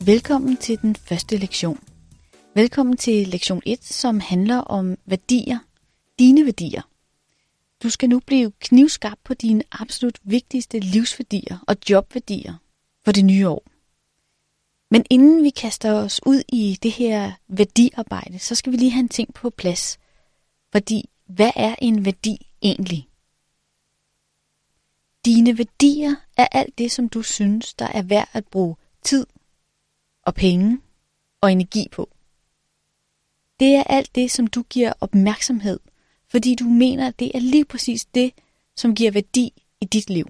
Velkommen til den første lektion. Velkommen til lektion 1, som handler om værdier, dine værdier. Du skal nu blive knivskarp på dine absolut vigtigste livsværdier og jobværdier for det nye år. Men inden vi kaster os ud i det her værdiarbejde, så skal vi lige have en ting på plads. Fordi, hvad er en værdi egentlig? Dine værdier er alt det, som du synes, der er værd at bruge tid og penge og energi på. Det er alt det, som du giver opmærksomhed, fordi du mener, at det er lige præcis det, som giver værdi i dit liv.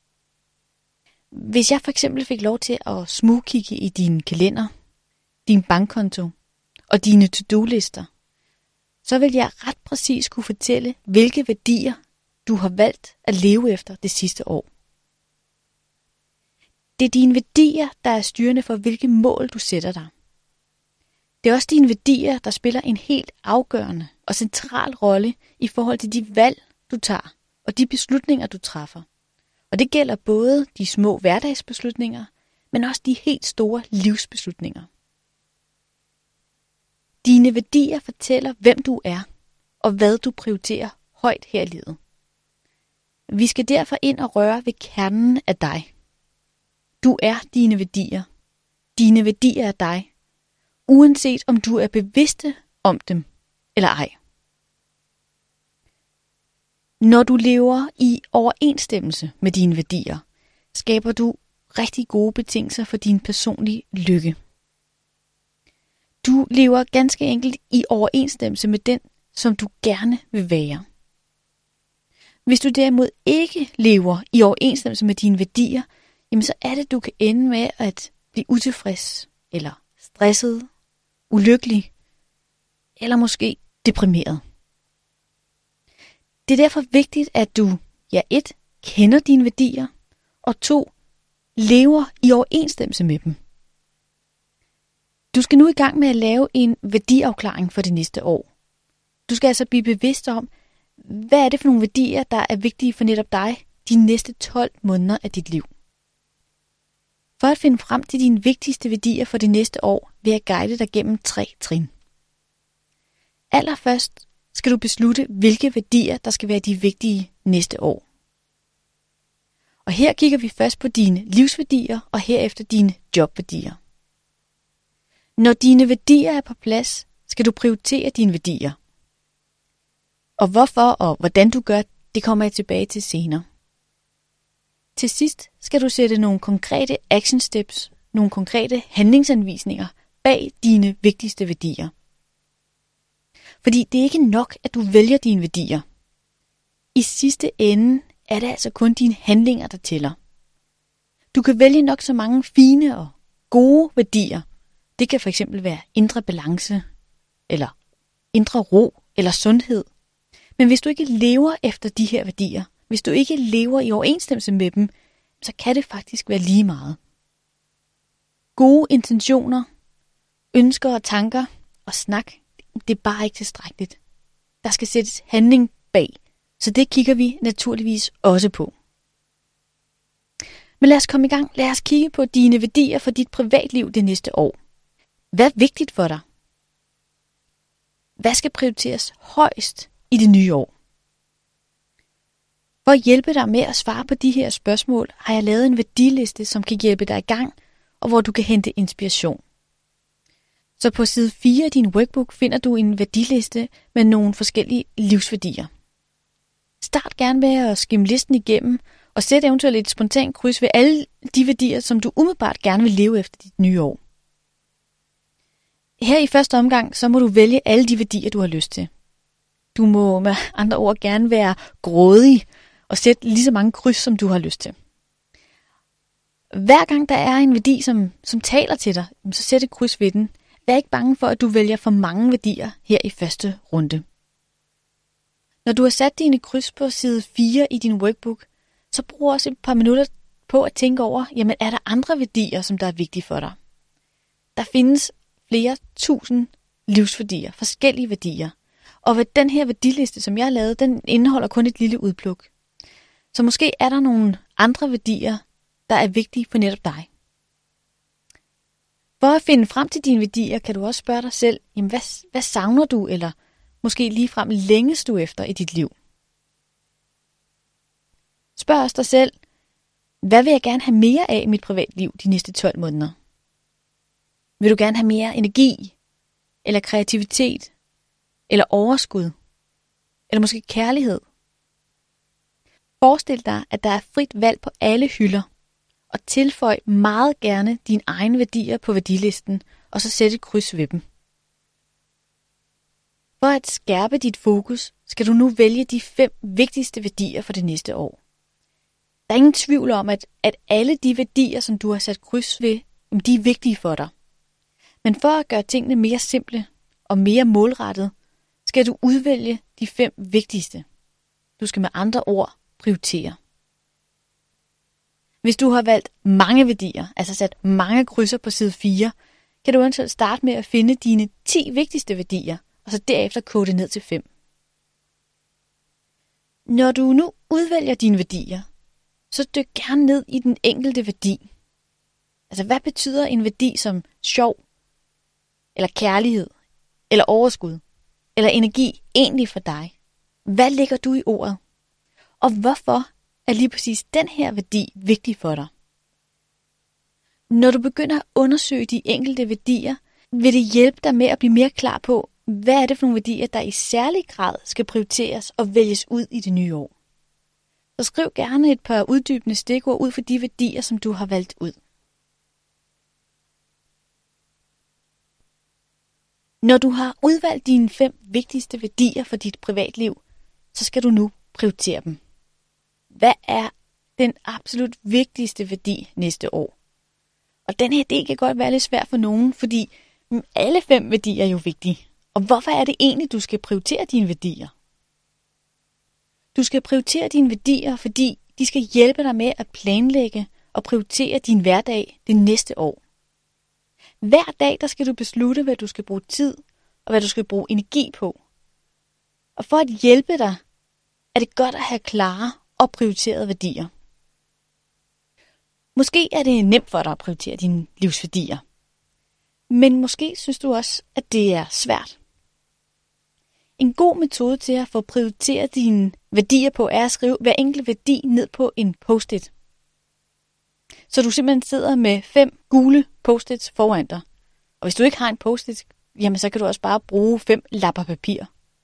Hvis jeg for eksempel fik lov til at smugkigge i din kalender, din bankkonto og dine to-do-lister, så vil jeg ret præcis kunne fortælle, hvilke værdier du har valgt at leve efter det sidste år. Det er dine værdier, der er styrende for, hvilke mål du sætter dig. Det er også dine værdier, der spiller en helt afgørende og central rolle i forhold til de valg, du tager og de beslutninger, du træffer. Og det gælder både de små hverdagsbeslutninger, men også de helt store livsbeslutninger. Dine værdier fortæller, hvem du er og hvad du prioriterer højt her i livet. Vi skal derfor ind og røre ved kernen af dig. Du er dine værdier. Dine værdier er dig, uanset om du er bevidste om dem eller ej. Når du lever i overensstemmelse med dine værdier, skaber du rigtig gode betingelser for din personlige lykke. Du lever ganske enkelt i overensstemmelse med den, som du gerne vil være. Hvis du derimod ikke lever i overensstemmelse med dine værdier, jamen så er det, du kan ende med at blive utilfreds, eller stresset, ulykkelig, eller måske deprimeret. Det er derfor vigtigt, at du 1. Kender dine værdier, og 2. Lever i overensstemmelse med dem. Du skal nu i gang med at lave en værdiafklaring for det næste år. Du skal altså blive bevidst om, hvad er det for nogle værdier, der er vigtige for netop dig de næste 12 måneder af dit liv. For at finde frem til dine vigtigste værdier for det næste år, vil jeg guide dig gennem 3 trin. Allerførst skal du beslutte, hvilke værdier, der skal være de vigtige næste år. Og her kigger vi først på dine livsværdier, og herefter dine jobværdier. Når dine værdier er på plads, skal du prioritere dine værdier. Og hvorfor og hvordan du gør, det kommer jeg tilbage til senere. Til sidst skal du sætte nogle konkrete action steps, nogle konkrete handlingsanvisninger bag dine vigtigste værdier. Fordi det er ikke nok, at du vælger dine værdier. I sidste ende er det altså kun dine handlinger, der tæller. Du kan vælge nok så mange fine og gode værdier. Det kan fx være indre balance, eller indre ro, eller sundhed. Men hvis du ikke lever efter de her værdier, hvis du ikke lever i overensstemmelse med dem, så kan det faktisk være lige meget. Gode intentioner, ønsker og tanker og snak, det er bare ikke tilstrækkeligt. Der skal sættes handling bag, så det kigger vi naturligvis også på. Men lad os komme i gang. Lad os kigge på dine værdier for dit privatliv det næste år. Hvad er vigtigt for dig? Hvad skal prioriteres højst i det nye år? For at hjælpe dig med at svare på de her spørgsmål, har jeg lavet en værdiliste, som kan hjælpe dig i gang, og hvor du kan hente inspiration. Så på side 4 af din workbook finder du en værdiliste med nogle forskellige livsværdier. Start gerne med at skimme listen igennem, og sæt eventuelt et spontant kryds ved alle de værdier, som du umiddelbart gerne vil leve efter dit nye år. Her i første omgang, så må du vælge alle de værdier, du har lyst til. Du må med andre ord gerne være grådig og sætte lige så mange kryds, som du har lyst til. Hver gang der er en værdi, som taler til dig, så sæt et kryds ved den. Vær ikke bange for, at du vælger for mange værdier her i første runde. Når du har sat dine kryds på side 4 i din workbook, så brug også et par minutter på at tænke over, jamen er der andre værdier, som der er vigtige for dig? Der findes flere tusind livsværdier, forskellige værdier. Og ved den her værdiliste, som jeg har lavet, den indeholder kun et lille udpluk. Så måske er der nogle andre værdier, der er vigtige for netop dig. For at finde frem til dine værdier, kan du også spørge dig selv, jamen hvad savner du, eller måske ligefrem længes du efter i dit liv? Spørg også dig selv, hvad vil jeg gerne have mere af i mit privatliv de næste 12 måneder? Vil du gerne have mere energi, eller kreativitet, eller overskud, eller måske kærlighed? Forestil dig, at der er frit valg på alle hylder, og tilføj meget gerne dine egne værdier på værdilisten, og så sæt et kryds ved dem. For at skærpe dit fokus, skal du nu vælge de 5 vigtigste værdier for det næste år. Der er ingen tvivl om, at alle de værdier, som du har sat kryds ved, de er vigtige for dig. Men for at gøre tingene mere simple og mere målrettet, skal du udvælge de 5 vigtigste. Du skal med andre ord prioritere. Hvis du har valgt mange værdier, altså sat mange krydser på side 4, kan du eventuelt starte med at finde dine 10 vigtigste værdier, og så derefter koge det ned til 5. Når du nu udvælger dine værdier, så dyk gerne ned i den enkelte værdi. Altså, hvad betyder en værdi som sjov, eller kærlighed, eller overskud, eller energi egentlig for dig? Hvad lægger du i ordet? Og hvorfor er lige præcis den her værdi vigtig for dig? Når du begynder at undersøge de enkelte værdier, vil det hjælpe dig med at blive mere klar på, hvad er det for nogle værdier, der i særlig grad skal prioriteres og vælges ud i det nye år. Så skriv gerne et par uddybende stikord ud for de værdier, som du har valgt ud. Når du har udvalgt dine 5 vigtigste værdier for dit privatliv, så skal du nu prioritere dem. Hvad er den absolut vigtigste værdi næste år? Og den her del kan godt være lidt svær for nogen, fordi alle 5 værdier er jo vigtige. Og hvorfor er det egentlig, du skal prioritere dine værdier? Du skal prioritere dine værdier, fordi de skal hjælpe dig med at planlægge og prioritere din hverdag det næste år. Hver dag der skal du beslutte, hvad du skal bruge tid og hvad du skal bruge energi på. Og for at hjælpe dig, er det godt at have klare og prioriterede værdier. Måske er det nemt for dig at prioritere dine livsværdier. Men måske synes du også, at det er svært. En god metode til at få prioriteret dine værdier på, er at skrive hver enkelt værdi ned på en post-it. Så du simpelthen sidder med 5 gule post-its foran dig. Og hvis du ikke har en post-it, jamen så kan du også bare bruge 5 lapper papir.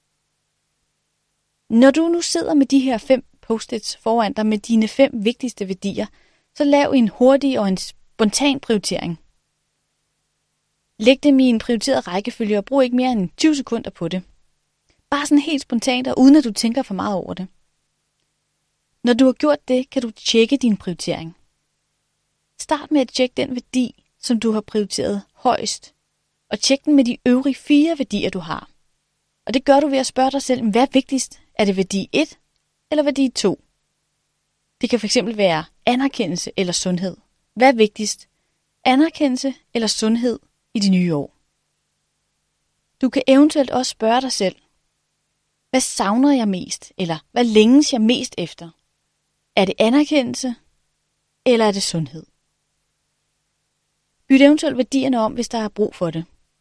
Når du nu sidder med de her 5 post-its foran dig med dine 5 vigtigste værdier, så lav en hurtig og en spontan prioritering. Læg dem i en prioriteret rækkefølge og brug ikke mere end 20 sekunder på det. Bare sådan helt spontant og uden at du tænker for meget over det. Når du har gjort det, kan du tjekke din prioritering. Start med at tjekke den værdi, som du har prioriteret højst, og tjek den med de øvrige 4 værdier, du har. Og det gør du ved at spørge dig selv, hvad er vigtigst? Er det værdi 1 eller værdi 2? Det kan fx være anerkendelse eller sundhed. Hvad er vigtigst? Anerkendelse eller sundhed i det nye år? Du kan eventuelt også spørge dig selv, hvad savner jeg mest, eller hvad længes jeg mest efter? Er det anerkendelse, eller er det sundhed? Byt eventuelt værdierne om, hvis der er brug for det.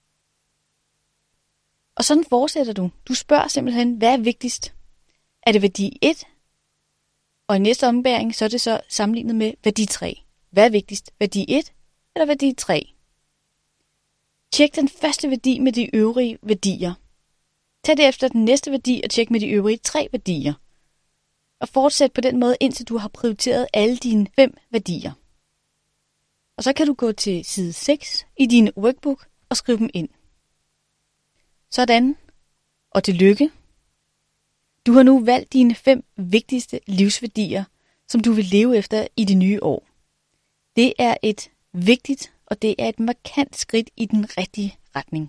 Og sådan fortsætter du. Du spørger simpelthen, hvad er vigtigst? Er det værdi 1? Og i næste ombæring, så er det så sammenlignet med værdi 3. Hvad er vigtigst? Værdi 1 eller værdi 3? Tjek den første værdi med de øvrige værdier. Tag derefter den næste værdi og tjek med de øvrige 3 værdier. Og fortsæt på den måde, indtil du har prioriteret alle dine 5 værdier. Og så kan du gå til side 6 i din workbook og skrive dem ind. Sådan. Og tillykke. Du har nu valgt dine 5 vigtigste livsværdier, som du vil leve efter i det nye år. Det er et vigtigt, og det er et markant skridt i den rigtige retning.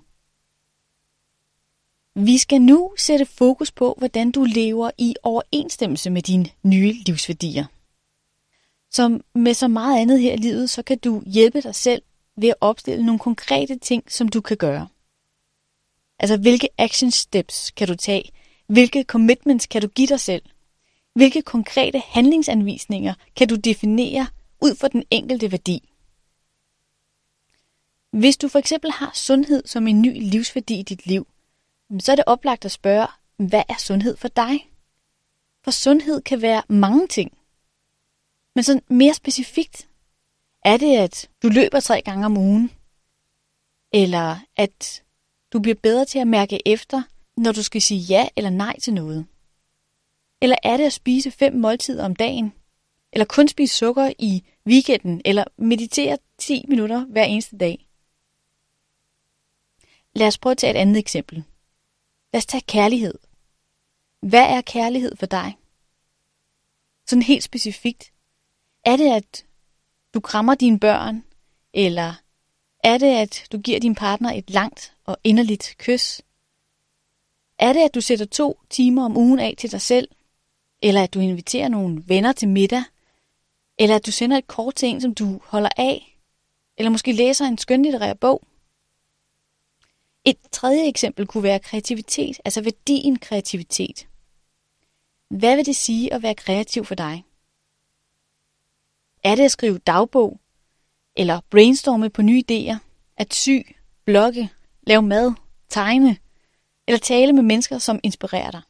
Vi skal nu sætte fokus på, hvordan du lever i overensstemmelse med dine nye livsværdier. Som med så meget andet her i livet, så kan du hjælpe dig selv ved at opstille nogle konkrete ting, som du kan gøre. Altså, hvilke action steps kan du tage? Hvilke commitments kan du give dig selv? Hvilke konkrete handlingsanvisninger kan du definere ud fra den enkelte værdi? Hvis du for eksempel har sundhed som en ny livsværdi i dit liv, så er det oplagt at spørge, hvad er sundhed for dig? For sundhed kan være mange ting. Men sådan mere specifikt, er det, at du løber 3 gange om ugen? Eller at du bliver bedre til at mærke efter, når du skal sige ja eller nej til noget? Eller er det at spise 5 måltider om dagen? Eller kun spise sukker i weekenden? Eller meditere 10 minutter hver eneste dag? Lad os prøve at tage et andet eksempel. Lad os tage kærlighed. Hvad er kærlighed for dig? Sådan helt specifikt. Er det, at du krammer dine børn? Eller er det, at du giver din partner et langt og inderligt kys? Er det, at du sætter 2 timer om ugen af til dig selv? Eller at du inviterer nogle venner til middag? Eller at du sender et kort til en, som du holder af? Eller måske læser en skønlitterær bog? Et tredje eksempel kunne være kreativitet, altså værdien kreativitet. Hvad vil det sige at være kreativ for dig? Er det at skrive dagbog? Eller brainstorme på nye idéer? At sy, blogge, lave mad, tegne? Eller tale med mennesker, som inspirerer dig?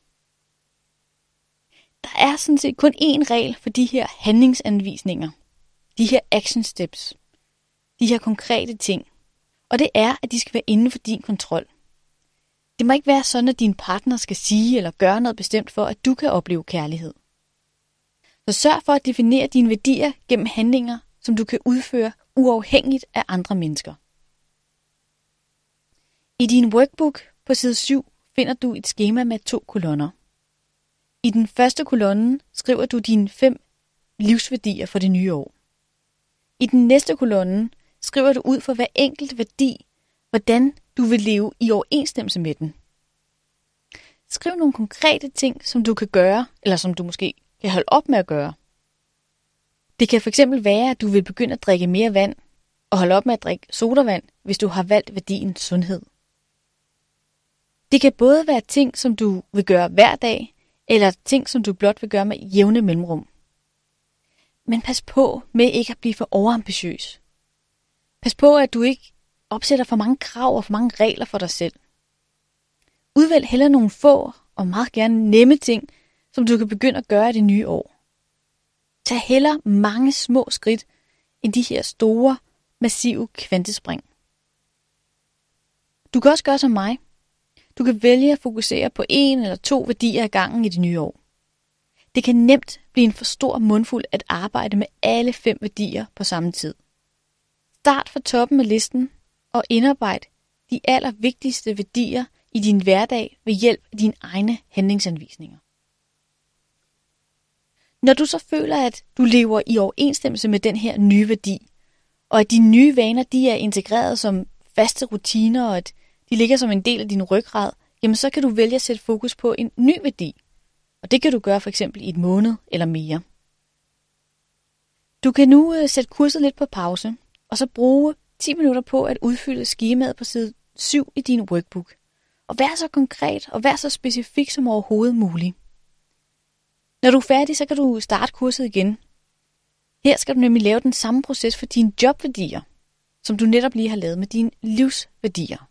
Der er sådan set kun én regel for de her handlingsanvisninger. De her action steps. De her konkrete ting. Og det er, at de skal være inden for din kontrol. Det må ikke være sådan, at din partner skal sige eller gøre noget bestemt for, at du kan opleve kærlighed. Så sørg for at definere dine værdier gennem handlinger, som du kan udføre uafhængigt af andre mennesker. I din workbook på side 7 finder du et skema med 2 kolonner. I den første kolonne skriver du dine 5 livsværdier for det nye år. I den næste kolonne skriver du ud for hver enkelt værdi, hvordan du vil leve i overensstemmelse med den. Skriv nogle konkrete ting, som du kan gøre, eller som du måske kan holde op med at gøre. Det kan fx være, at du vil begynde at drikke mere vand, og holde op med at drikke sodavand, hvis du har valgt værdien sundhed. Det kan både være ting, som du vil gøre hver dag, eller ting, som du blot vil gøre med jævne mellemrum. Men pas på med ikke at blive for overambitiøs. Pas på, at du ikke opsætter for mange krav og for mange regler for dig selv. Udvælg heller nogle få og meget gerne nemme ting, som du kan begynde at gøre i det nye år. Tag heller mange små skridt end de her store, massive kvantespring. Du kan også gøre som mig. Du kan vælge at fokusere på 1 eller 2 værdier ad gangen i det nye år. Det kan nemt blive en for stor mundfuld at arbejde med alle 5 værdier på samme tid. Start fra toppen af listen og indarbejd de allervigtigste værdier i din hverdag ved hjælp af dine egne handlingsanvisninger. Når du så føler, at du lever i overensstemmelse med den her nye værdi, og at dine nye vaner de er integreret som faste rutiner, og at de ligger som en del af din ryggrad, jamen så kan du vælge at sætte fokus på en ny værdi. Og det kan du gøre for eksempel i 1 måned eller mere. Du kan nu sætte kurset lidt på pause, og så bruge 10 minutter på at udfylde skemaet på side 7 i din workbook. Og vær så konkret og vær så specifik som overhovedet muligt. Når du er færdig, så kan du starte kurset igen. Her skal du nemlig lave den samme proces for dine jobværdier, som du netop lige har lavet med dine livsværdier.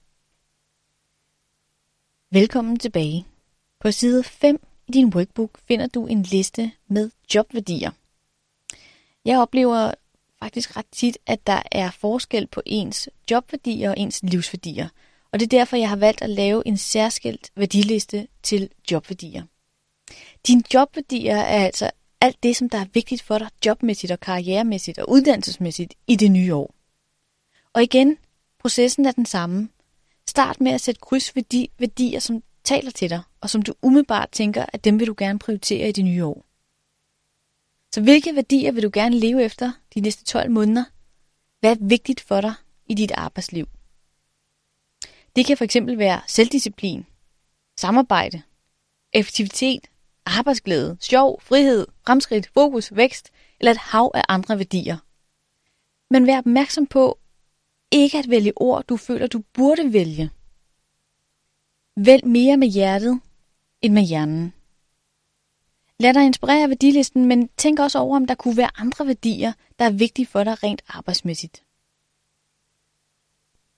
Velkommen tilbage. På side 5 i din workbook finder du en liste med jobværdier. Jeg oplever faktisk ret tit, at der er forskel på ens jobværdier og ens livsværdier. Og det er derfor, jeg har valgt at lave en særskilt værdiliste til jobværdier. Dine jobværdier er altså alt det, som der er vigtigt for dig jobmæssigt og karrieremæssigt og uddannelsesmæssigt i det nye år. Og igen, processen er den samme. Start med at sætte kryds ved de værdier, som taler til dig, og som du umiddelbart tænker, at dem vil du gerne prioritere i det nye år. Så hvilke værdier vil du gerne leve efter de næste 12 måneder? Hvad er vigtigt for dig i dit arbejdsliv? Det kan fx være selvdisciplin, samarbejde, effektivitet, arbejdsglæde, sjov, frihed, fremskridt, fokus, vækst eller et hav af andre værdier. Men vær opmærksom på ikke at vælge ord, du føler, du burde vælge. Vælg mere med hjertet end med hjernen. Lad dig inspirere af værdilisten, men tænk også over, om der kunne være andre værdier, der er vigtige for dig rent arbejdsmæssigt.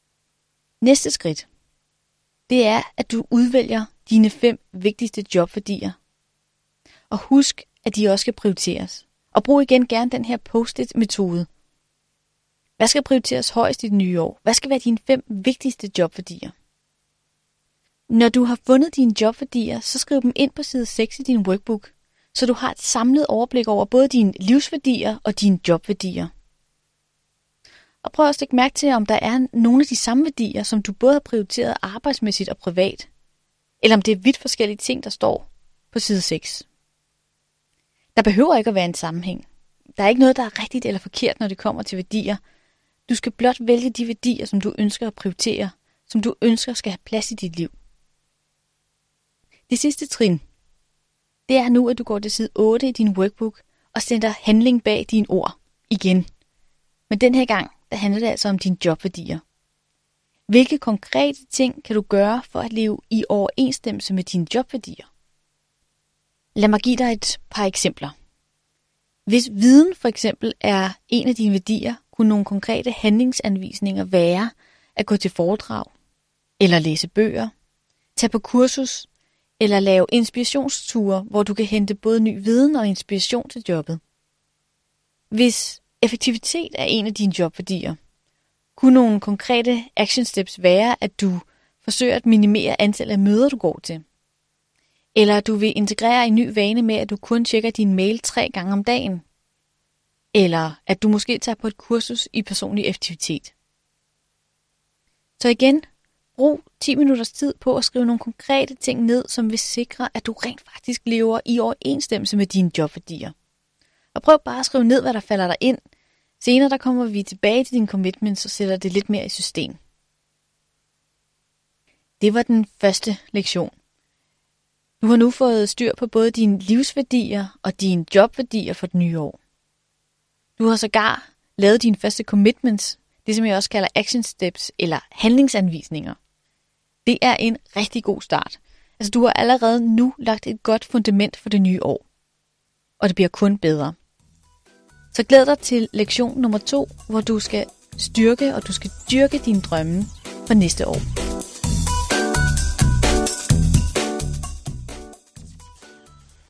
Næste skridt, det er, at du udvælger dine 5 vigtigste jobværdier. Og husk, at de også skal prioriteres. Og brug igen gerne den her post-it-metode. Hvad skal prioriteres højst i det nye år? Hvad skal være dine 5 vigtigste jobværdier? Når du har fundet dine jobværdier, så skriv dem ind på side 6 i din workbook, så du har et samlet overblik over både dine livsværdier og dine jobværdier. Og prøv at lægge mærke til, om der er nogle af de samme værdier, som du både har prioriteret arbejdsmæssigt og privat, eller om det er vidt forskellige ting, der står på side 6. Der behøver ikke at være en sammenhæng. Der er ikke noget, der er rigtigt eller forkert, når det kommer til værdier. Du skal blot vælge de værdier, som du ønsker at prioritere, som du ønsker skal have plads i dit liv. Det sidste trin, det er nu, at du går til side 8 i din workbook og sætter handling bag dine ord igen. Men den her gang, der handler det altså om dine jobværdier. Hvilke konkrete ting kan du gøre for at leve i overensstemmelse med dine jobværdier? Lad mig give dig et par eksempler. Hvis viden for eksempel er en af dine værdier, kunne nogle konkrete handlingsanvisninger være at gå til foredrag, eller læse bøger, tage på kursus, eller lave inspirationsture, hvor du kan hente både ny viden og inspiration til jobbet. Hvis effektivitet er en af dine jobværdier, kunne nogle konkrete action steps være, at du forsøger at minimere antallet af møder, du går til. Eller at du vil integrere en ny vane med, at du kun tjekker din mail 3 gange om dagen. Eller at du måske tager på et kursus i personlig effektivitet. Så igen, brug 10 minutters tid på at skrive nogle konkrete ting ned, som vil sikre, at du rent faktisk lever i overensstemmelse med dine jobværdier. Og prøv bare at skrive ned, hvad der falder dig ind. Senere der kommer vi tilbage til dine commitments og sætter det lidt mere i system. Det var den første lektion. Du har nu fået styr på både dine livsværdier og dine jobværdier for det nye år. Du har sågar lavet dine første commitments, det som jeg også kalder action steps eller handlingsanvisninger. Det er en rigtig god start. Altså du har allerede nu lagt et godt fundament for det nye år. Og det bliver kun bedre. Så glæd dig til lektion nummer 2, hvor du skal styrke og du skal dyrke dine drømme for næste år.